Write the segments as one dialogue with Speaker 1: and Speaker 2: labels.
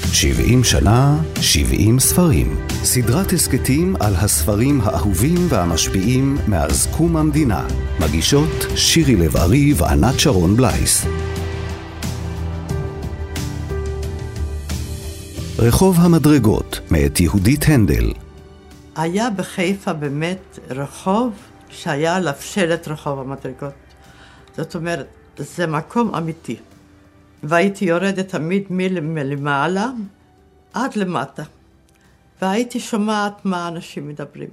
Speaker 1: 70 שנה, 70 ספרים. סדרת הסקטים על הספרים האהובים והמשפיעים מאז קום המדינה. מגישות שירי לב-ארי וענת שרון בלייס. רחוב המדרגות, מאת יהודית הנדל.
Speaker 2: היה בחיפה באמת רחוב שהיה עליו שלט רחוב המדרגות. זאת אומרת, זה מקום אמיתי. והייתי יורדת תמיד מלמעלה עד למטה. והייתי שומעת מה אנשים מדברים.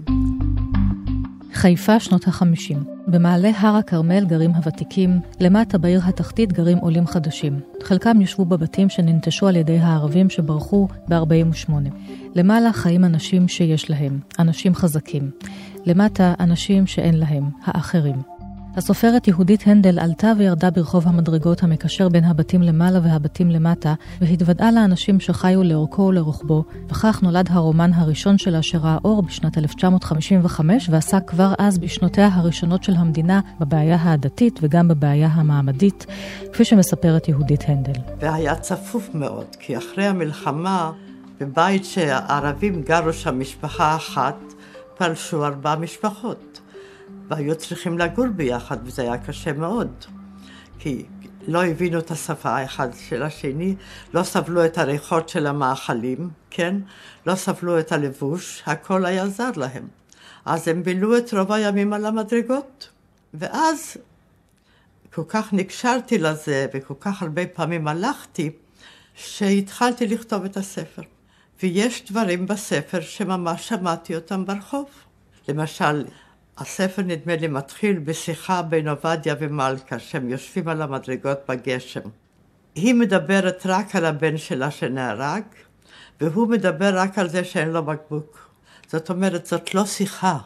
Speaker 3: חיפה שנות ה-50. במעלה הר הכרמל גרים הוותיקים, למטה בעיר התחתית גרים עולים חדשים. חלקם ישבו בבתים שננטשו על ידי הערבים שברחו ב-48. למעלה חיים אנשים שיש להם, אנשים חזקים. למטה אנשים שאין להם, האחרים. הסופרת יהודית הנדל עלתה וירדה ברחוב המדרגות המקשר בין הבתים למעלה והבתים למטה, והתוודעה לאנשים שחיו לאורכו ולרוחבו, וכך נולד הרומן הראשון שלה שראה אור בשנת 1955, ועסק כבר אז בשנותיה הראשונות של המדינה בבעיה העדתית וגם בבעיה המעמדית, כפי שמספרת יהודית הנדל.
Speaker 2: והיה צפוף מאוד, כי אחרי המלחמה, בבית שהערבים גרו שם משפחה אחת, פלשו 4 משפחות. והיו צריכים לגור ביחד, וזה היה קשה מאוד. כי לא הבינו את השפה האחד של השני, לא סבלו את הריחות של המאכלים, כן? לא סבלו את הלבוש, הכל היה זר להם. אז הם בילו את רוב הימים על המדרגות. ואז כל כך נקשרתי לזה, וכל כך הרבה פעמים הלכתי, שהתחלתי לכתוב את הספר. ויש דברים בספר שממש שמעתי אותם ברחוב. למשל, הספר נדמה לי מתחיל בשיחה בין עובדיה ומלכה, שהם יושבים על המדרגות בגשם. היא מדברת רק על הבן שלה שנהרג, והוא מדבר רק על זה שאין לו בקבוק. זאת אומרת, זאת לא שיחה.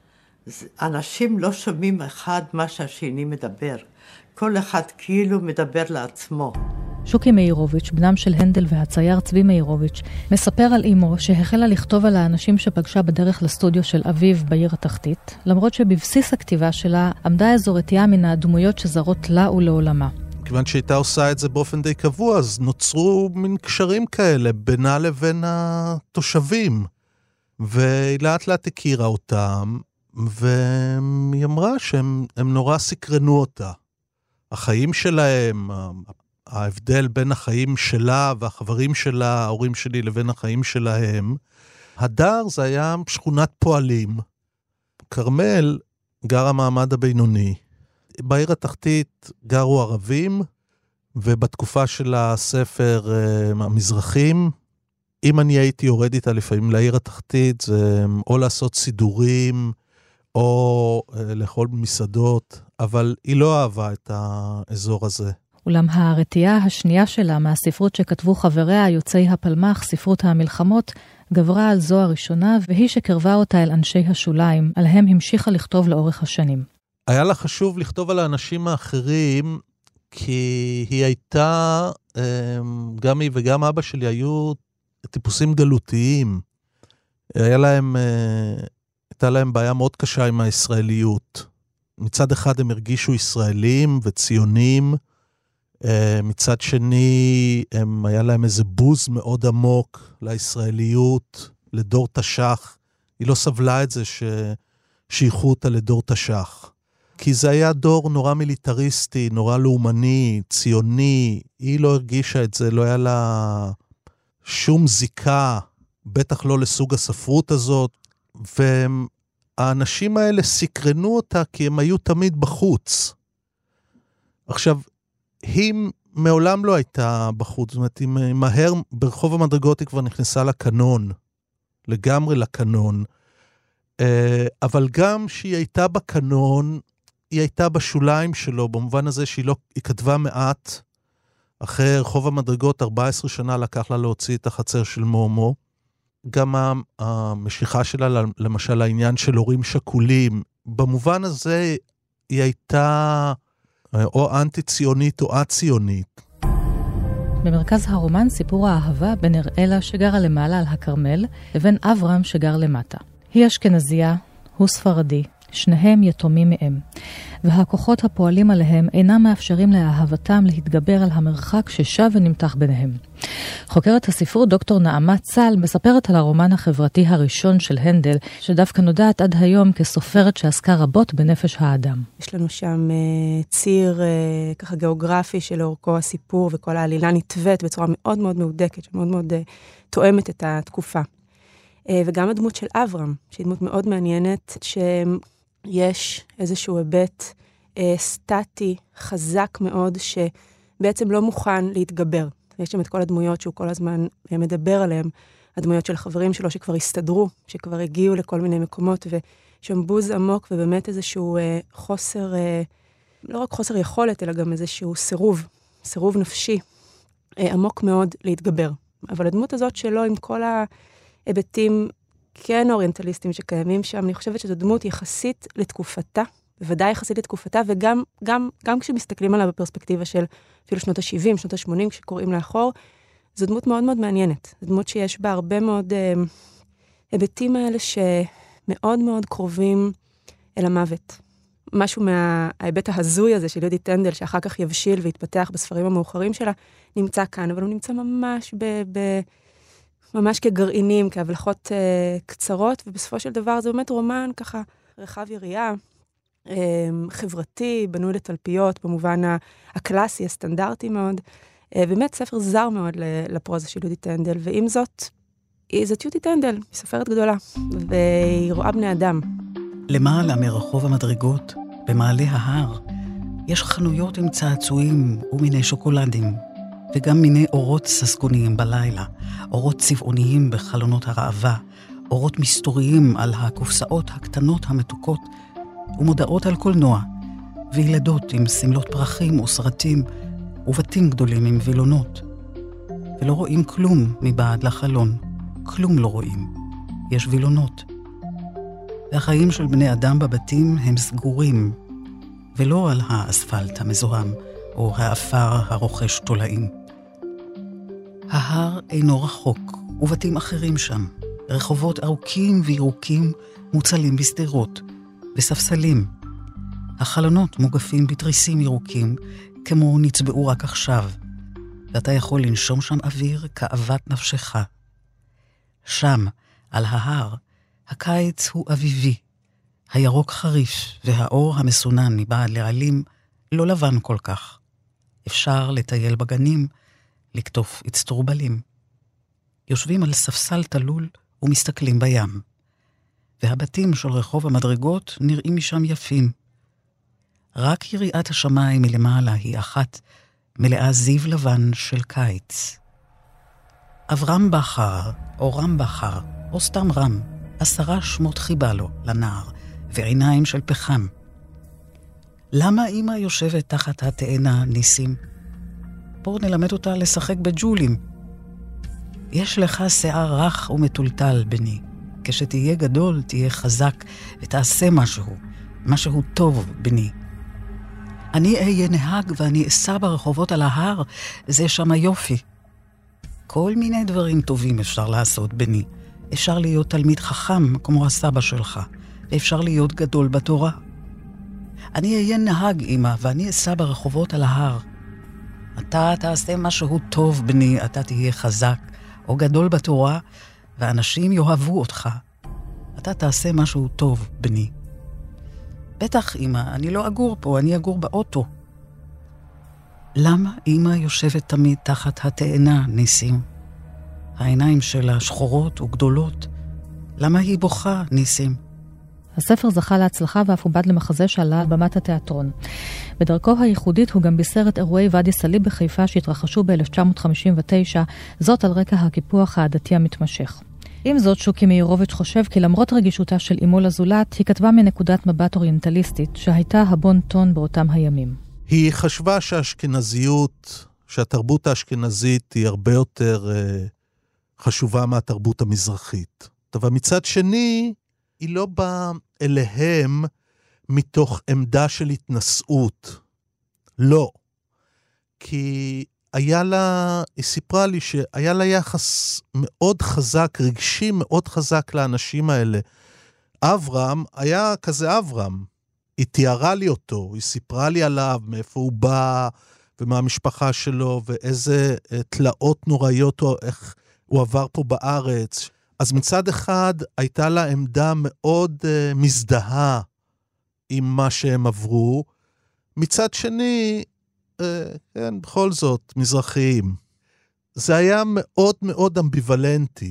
Speaker 2: אנשים לא שומעים אחד מה שהשני מדבר. כל אחד כאילו מדבר לעצמו.
Speaker 3: שוקי מאירוביץ', בנם של הנדל והצייר צבי מאירוביץ', מספר על אמו שהחלה לכתוב על האנשים שפגשה בדרך לסטודיו של אביו בעיר התחתית, למרות שבבסיס הכתיבה שלה עמדה איזו רתיעה מן הדמויות שזרות לה ולעולמה.
Speaker 4: כיוון שהייתה עושה את זה באופן די קבוע, אז נוצרו מין קשרים כאלה בינה לבין התושבים, והיא לאט לאט הכירה אותם, והיא אמרה שהם נורא סקרנו אותה. החיים שלהם, ההבדל בין החיים שלה והחברים שלה, ההורים שלי, לבין החיים שלהם. הדר זה היה שכונת פועלים. כרמל גר המעמד הבינוני. בעיר התחתית גרו ערבים, ובתקופה של הספר המזרחים, אם אני הייתי יורד איתה לפעמים לעיר התחתית, זה או לעשות סידורים, או לאכול במסעדות, אבל היא לא אהבה את האזור הזה.
Speaker 3: אולם הרתיעה השנייה שלה מהספרות שכתבו חבריה יוצאי הפלמ"ח, ספרות המלחמות, גברה על זו הראשונה, והיא שקרבה אותה אל אנשי השוליים, עליהם המשיכה לכתוב לאורך השנים.
Speaker 4: היה לה חשוב לכתוב על האנשים האחרים, כי היא הייתה, גם היא וגם אבא שלי היו טיפוסים גלותיים. הייתה להם בעיה מאוד קשה עם הישראליות. מצד אחד הם הרגישו ישראלים וציונים, מצד שני, היה להם איזה בוז מאוד עמוק לישראליות, לדור תש"ח. היא לא סבלה את זה ששייכו אותה לדור תש"ח. כי זה היה דור נורא מיליטריסטי, נורא לאומני, ציוני. היא לא הרגישה את זה, לא היה לה שום זיקה, בטח לא לסוג הספרות הזאת. והאנשים האלה סקרנו אותה כי הם היו תמיד בחוץ. עכשיו, היא מעולם לא הייתה בחוץ, זאת אומרת, היא מהר ברחוב המדרגות היא כבר נכנסה לקנון, לגמרי לקנון, אבל גם שהיא הייתה בקנון, היא הייתה בשוליים שלו, במובן הזה היא כתבה מעט, אחרי רחוב המדרגות 14 שנה לקח לה להוציא את החצר של מומו, גם המשיכה שלה, למשל העניין של הורים שכולים, במובן הזה היא הייתה או אנטי-ציונית או א-ציונית.
Speaker 3: במרכז הרומן סיפור האהבה בין אראלה שגרה למעלה על הכרמל, לבין אברהם שגר למטה. היא אשכנזיה, הוא ספרדי, שניהם יתומים מהם, והכוחות הפועלים עליהם אינם מאפשרים לאהבתם להתגבר על המרחק ששב ונמתח ביניהם. חוקרת הספרות דוקטור נעמה צל מספרת על הרומן החברתי הראשון של הנדל, שדווקא נודעת עד היום כסופרת שעסקה רבות בנפש האדם.
Speaker 5: יש לנו שם ציר ככה גיאוגרפי שלאורכו הסיפור וכל העלילה נתוות בצורה מאוד מאוד מהודקת, שמאוד מאוד תואמת את התקופה. וגם הדמות של אברהם, שהיא דמות מאוד מעניינת, שיש איזשהו היבט סטטי, חזק מאוד, שבעצם לא מוכן להתגבר. יש שם את כל הדמויות שהוא כל הזמן מדבר עליהן, הדמויות של החברים שלו שכבר הסתדרו, שכבר הגיעו לכל מיני מקומות, ושם בוז עמוק ובאמת איזשהו חוסר, לא רק חוסר יכולת, אלא גם איזשהו סירוב נפשי, עמוק מאוד להתגבר. אבל הדמות הזאת שלו, עם כל ההיבטים כן אוריינטליסטיים שקיימים שם, אני חושבת שזו דמות יחסית לתקופתה, בוודאי יחסית לתקופתה, וגם כשמסתכלים עליה בפרספקטיבה של אפילו שנות ה-70, שנות ה-80, כשקוראים לאחור, זו דמות מאוד מאוד מעניינת. זו דמות שיש בה הרבה מאוד היבטים האלה שמאוד מאוד קרובים אל המוות. משהו מההיבט ההזוי הזה של יהודית הנדל, שאחר כך יבשיל והתפתח בספרים המאוחרים שלה, נמצא כאן, אבל הוא נמצא ממש ממש כגרעינים, כהבלחות קצרות, ובסופו של דבר זה באמת רומן ככה רחב יריעה, חברתי, בנוי לתלפיות, במובן הקלאסי, הסטנדרטי מאוד. באמת ספר זר מאוד לפרוזה של יהודית הנדל, ועם זאת, זאת יהודית הנדל, היא סופרת גדולה, והיא רואה בני אדם.
Speaker 6: למעלה מרחוב המדרגות, במעלה ההר, יש חנויות עם צעצועים ומיני שוקולדים, וגם מיני אורות ססגוניים בלילה, אורות צבעוניים בחלונות הראווה, אורות מסתוריים על הקופסאות הקטנות המתוקות, ומודעות על קולנוע, וילדות עם סמלות פרחים וסרטים, ובתים גדולים עם וילונות. ולא רואים כלום מבעד לחלון, כלום לא רואים. יש וילונות. והחיים של בני אדם בבתים הם סגורים, ולא על האספלט המזוהם, או האפר הרוכש תולעים. ההר אינו רחוק, ובתים אחרים שם, רחובות ארוכים וירוקים מוצלים בסדרות, וספסלים. החלונות מוגפים בתריסים ירוקים, כמו נצבעו רק עכשיו, ואתה יכול לנשום שם אוויר כאוות נפשך. שם, על ההר, הקיץ הוא אביבי, הירוק חריף והאור המסונן מבעד לעלים לא לבן כל כך. אפשר לטייל בגנים, לקטוף אצטרובלים. יושבים על ספסל תלול ומסתכלים בים. והבתים של רחוב המדרגות נראים משם יפים. רק יריעת השמיים מלמעלה היא אחת, מלאה זיו לבן של קיץ. אברהם בחר, או רם בחר, או סתם רם, 10 שמות חיבה לו לנער, ועיניים של פחם. למה אמא יושבת תחת התאנה, ניסים? בואו נלמד אותה לשחק בג'ולים. יש לך שיער רך ומטולטל, בני. כשתהיה גדול, תהיה חזק, ותעשה משהו טוב, בני. אני אהיה נהג ואני אסע ברחובות על ההר, זה שם היופי. כל מיני דברים טובים אפשר לעשות, בני. אפשר להיות תלמיד חכם כמו הסבא שלך, ואפשר להיות גדול בתורה. אני אהיה נהג, אמא, ואני אסע ברחובות על ההר. אתה תעשה משהו טוב, בני, אתה תהיה חזק או גדול בתורה, ואנשים יאהבו אותך. אתה תעשה משהו טוב, בני. בטח, אמא, אני לא אגור פה, אני אגור באוטו. למה אמא יושבת תמיד תחת התאנה, ניסים? העיניים שלה שחורות וגדולות. למה היא בוכה, ניסים?
Speaker 3: הספר זכה להצלחה ואף עובד למחזה שעלה על במת התיאטרון. בדרכו הייחודית הוא גם בישר את אירועי ואדי סאליב בחיפה שהתרחשו ב-1959, זאת על רקע הקיפוח העדתי המתמשך. עם זאת, שוקי מאירוביץ' חושב כי למרות רגישותה של אמו לזולת, היא כתבה מנקודת מבט אוריינטליסטית שהייתה הבון טון באותם הימים.
Speaker 4: היא חשבה שהתרבות האשכנזית היא הרבה יותר חשובה מהתרבות המזרחית. אבל מצד שני, היא לא באה אליהם מתוך עמדה של התנשאות. לא. כי היא סיפרה לי שהיה לה יחס מאוד חזק, רגשי מאוד חזק לאנשים האלה. אברהם היה כזה אברהם. היא תיארה לי אותו, היא סיפרה לי עליו, מאיפה הוא בא, ומהמשפחה שלו, ואיזה תלאות נוראיות, או איך הוא עבר פה בארץ. אז מצד אחד הייתה לה עמדה מאוד מזדהה עם מה שהם עברו, מצד שני, כן, בכל זאת, מזרחיים. זה היה מאוד מאוד אמביוולנטי,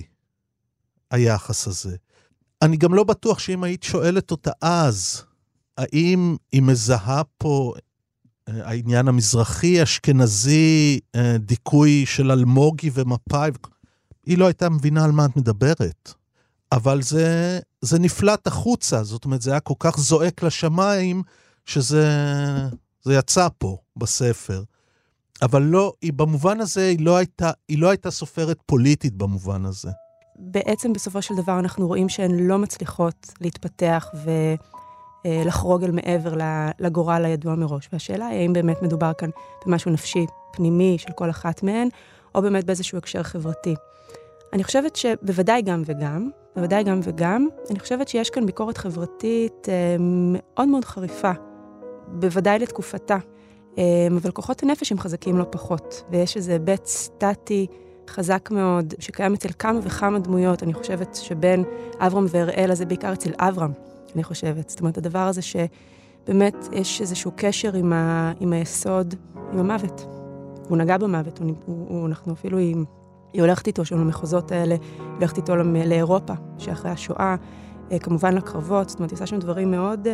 Speaker 4: היחס הזה. אני גם לא בטוח שאם היית שואלת אותה אז, האם היא מזהה פה העניין המזרחי, אשכנזי, דיכוי של אלמוגי ומפאי, היא לא הייתה מבינה על מה את מדברת. אבל זה נפלט החוצה, זאת אומרת, זה היה כל כך זועק לשמיים, שזה יצא פה בספר. אבל לא, במובן הזה היא לא הייתה סופרת פוליטית במובן הזה.
Speaker 5: בעצם בסופו של דבר אנחנו רואים שהן לא מצליחות להתפתח ולחרוג אל מעבר לגורל הידוע מראש. והשאלה היא האם באמת מדובר כאן במשהו נפשי פנימי של כל אחת מהן, או באמת באיזשהו הקשר חברתי. אני חושבת שבוודאי גם וגם, אני חושבת שיש כאן ביקורת חברתית מאוד מאוד חריפה, בוודאי לתקופתה, אבל כוחות הנפש הם חזקים לא פחות, ויש איזה בית סטטי חזק מאוד, שקיים אצל כמה וכמה דמויות, אני חושבת שבין אברהם והראלה, זה בעיקר אצל אברהם, אני חושבת. זאת אומרת, הדבר הזה שבאמת יש איזשהו קשר עם היסוד, עם המוות. הוא נגע במוות, אנחנו אפילו היא הולכת איתו שם למחוזות האלה, הולכת איתו לאירופה, שאחרי השואה, כמובן לקרבות, זאת אומרת, היא עושה שם דברים מאוד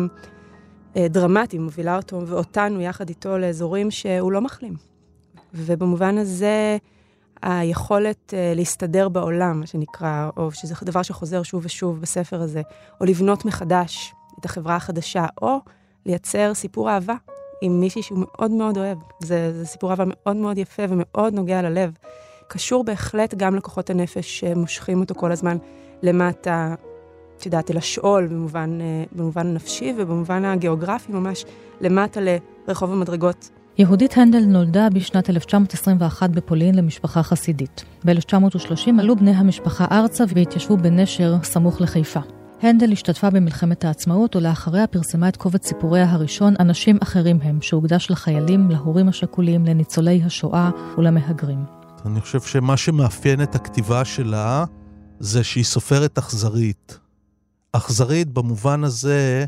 Speaker 5: דרמטיים, מובילה אותו ואותנו יחד איתו לאזורים שהוא לא מחלים. ובמובן הזה, היכולת להסתדר בעולם, מה שנקרא, או שזה דבר שחוזר שוב ושוב בספר הזה, או לבנות מחדש את החברה החדשה, או לייצר סיפור אהבה עם מישהי שהוא מאוד מאוד אוהב. זה סיפור אהבה מאוד מאוד יפה ומאוד נוגע ללב. קשור בהחלט גם לכוחות הנפש שמושכים אותו כל הזמן למטה, תדעת, לשאול במובן נפשי ובמובן הגיאוגרפי ממש למטה לרחוב המדרגות.
Speaker 3: יהודית הנדל נולדה בשנת 1921 בפולין למשפחה חסידית. ב-1930 עלו בני המשפחה ארצה והתיישבו בנשר סמוך לחיפה. הנדל השתתפה במלחמת העצמאות ולאחריה פרסמה את קובץ סיפוריה הראשון אנשים אחרים הם, שהוקדש לחיילים, להורים השכולים, לניצולי השואה ולמהגרים.
Speaker 4: אני חושב שמה שמאפיין את הכתיבה שלה זה שהיא סופרת אכזרית. אכזרית במובן הזה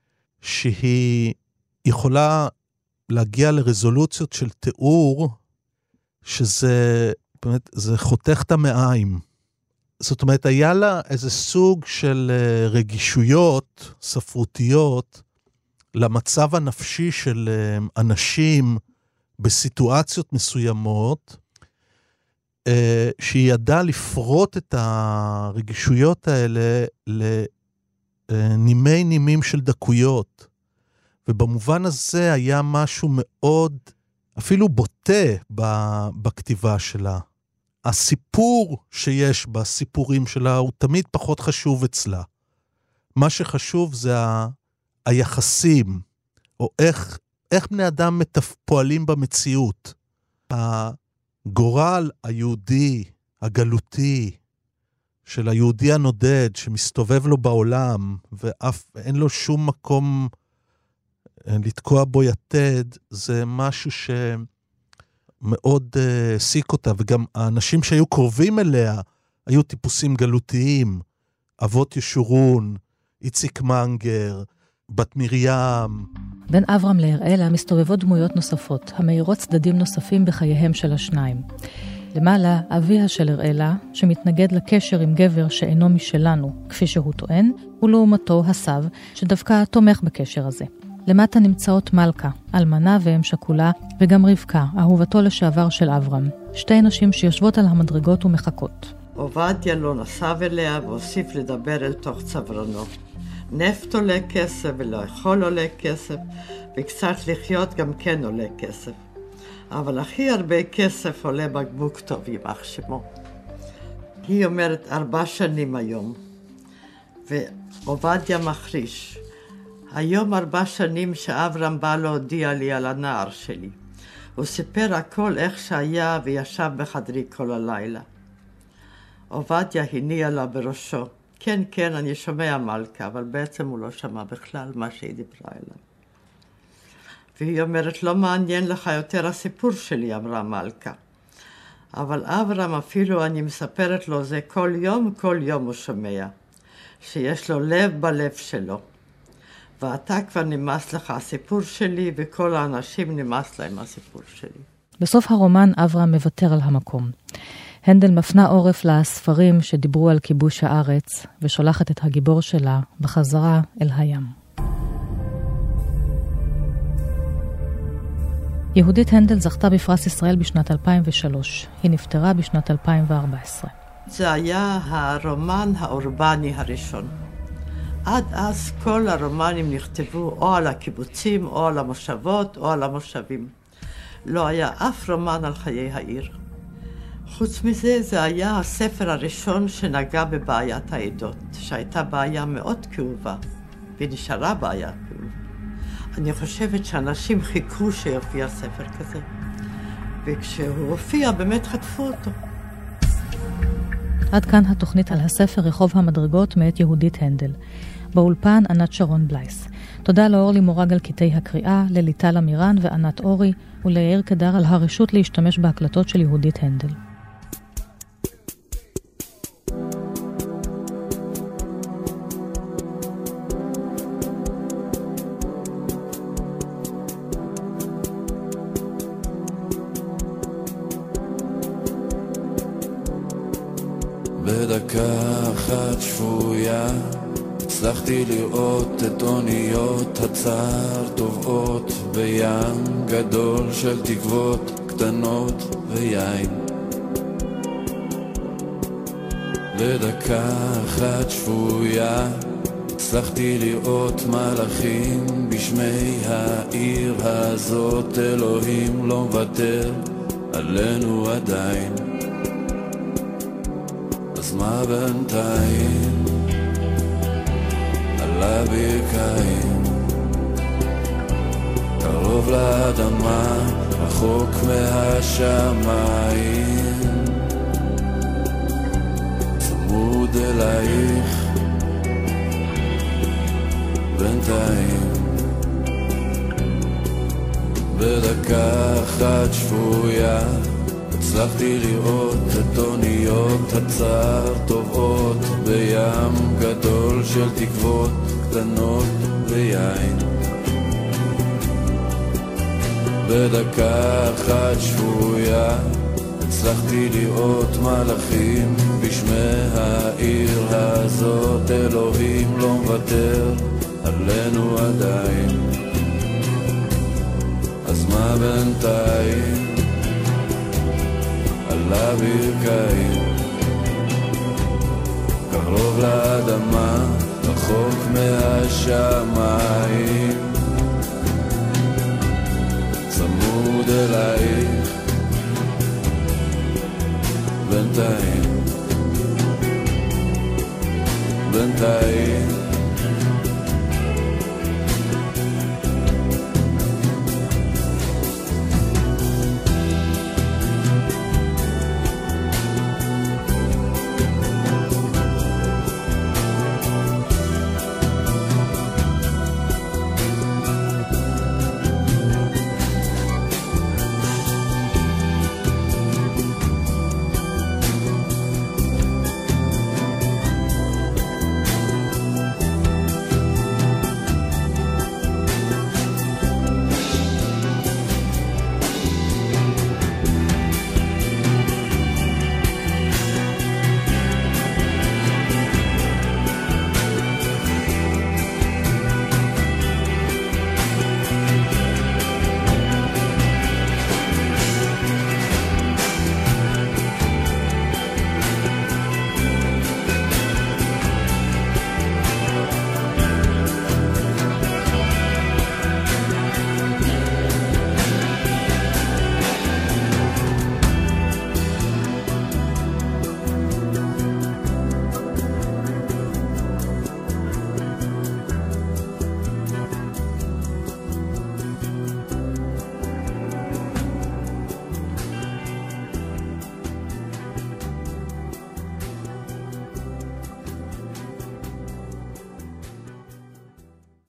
Speaker 4: שהיא יכולה להגיע לרזולוציות של תיאור שזה באמת, זה חותך את המעיים. זאת אומרת, היה לה איזה סוג של רגישויות ספרותיות למצב הנפשי של אנשים בסיטואציות מסוימות, שהיא ידעה לפרוט את הרגישויות האלה לנימי נימים של דקויות. ובמובן הזה היה משהו מאוד, אפילו בוטה בכתיבה שלה. הסיפור שיש בסיפורים שלה הוא תמיד פחות חשוב אצלה. מה שחשוב זה היחסים, או איך בני אדם פועלים במציאות. הגורל היהודי, הגלותי, של היהודי הנודד, שמסתובב לו בעולם, ואף אין לו שום מקום לתקוע בו יתד, זה משהו שמאוד העסיק אותה, וגם האנשים שהיו קרובים אליה, היו טיפוסים גלותיים, אבות ישורון, איציק מנגר, בת מרים.
Speaker 3: בין אברהם להראלה מסתובבות דמויות נוספות, המאירות צדדים נוספים בחייהם של השניים. למעלה, אביה של הראלה, שמתנגד לקשר עם גבר שאינו משלנו, כפי שהוא טוען, ולעומתו הסב, שדווקא תומך בקשר הזה. למטה נמצאות מלכה, אלמנה ואם שכולה, וגם רבקה, אהובתו לשעבר של אברהם. שתי נשים שיושבות על המדרגות ומחכות.
Speaker 2: עובדיה לא נסב אליה והוסיף לדבר אל תוך צווארנו. נפט עולה כסף ולאכול עולה כסף, וקצת לחיות גם כן עולה כסף. אבל הכי הרבה כסף עולה בקבוק טוב, יימח שמו. היא אומרת 4 שנים היום, ועובדיה מחריש. היום 4 שנים שאברהם בא להודיע לי על הנער שלי. הוא סיפר הכל איך שהיה וישב בחדרי כל הלילה. עובדיה הניע לה בראשו. כן, כן, אני שומע מלכה, אבל בעצם הוא לא שמע בכלל מה שהיא דיברה אליו. והיא אומרת, לא מעניין לך יותר הסיפור שלי, אמרה מלכה. אבל אברהם אפילו אני מספרת לו זה כל יום הוא שומע, שיש לו לב בלב שלו. ואתה כבר נמאס לך הסיפור שלי, וכל האנשים נמאס להם הסיפור שלי.
Speaker 3: בסוף הרומן אברהם מוותר על המקום. הנדל מפנה עורף לספרים שדיברו על כיבוש הארץ, ושולחת את הגיבור שלה בחזרה אל הים. יהודית הנדל זכתה בפרס ישראל בשנת 2003. היא נפטרה בשנת 2014.
Speaker 2: זה היה הרומן האורבני הראשון. עד אז כל הרומנים נכתבו או על הקיבוצים, או על המושבות, או על המושבים. לא היה אף רומן על חיי העיר. חוץ מזה, זה היה הספר הראשון שנגע בבעיית העדות, שהייתה בעיה מאוד כאובה, ונשארה בעיה כאובה. אני חושבת שאנשים חיכו שיופיע ספר כזה, וכשהוא הופיע באמת חטפו אותו.
Speaker 3: עד כאן התוכנית על הספר רחוב המדרגות מאת יהודית הנדל. באולפן ענת שרון בלייס. תודה לאורלי מורג על קטעי הקריאה, לליטל אמירן וענת אורי, וליאיר קדר על הרשות להשתמש בהקלטות של יהודית הנדל.
Speaker 7: בדקה אחת שפויה הצלחתי לראות את אוניות הצער טובעות בים גדול של תקוות קטנות ויין. בדקה אחת שפויה הצלחתי לראות מלאכים בשמי העיר הזאת. אלוהים לא מוותר עלינו עדיין. אז מה בינתיים על הברכיים, קרוב לאדמה, רחוק מהשמיים, צמוד אלייך בינתיים. בדקה אחת שפויה הצלחתי לראות את אוניות הצער טובעות בים גדול של תקוות קטנות ויין. בדקה אחת שפויה הצלחתי לראות מלאכים בשמי העיר הזאת. אלוהים לא מוותר עלינו עדיין. אז מה בינתיים על הברכיים, קרוב לאדמה, רחוק מהשמיים, צמוד אלייך בינתיים, בינתיים.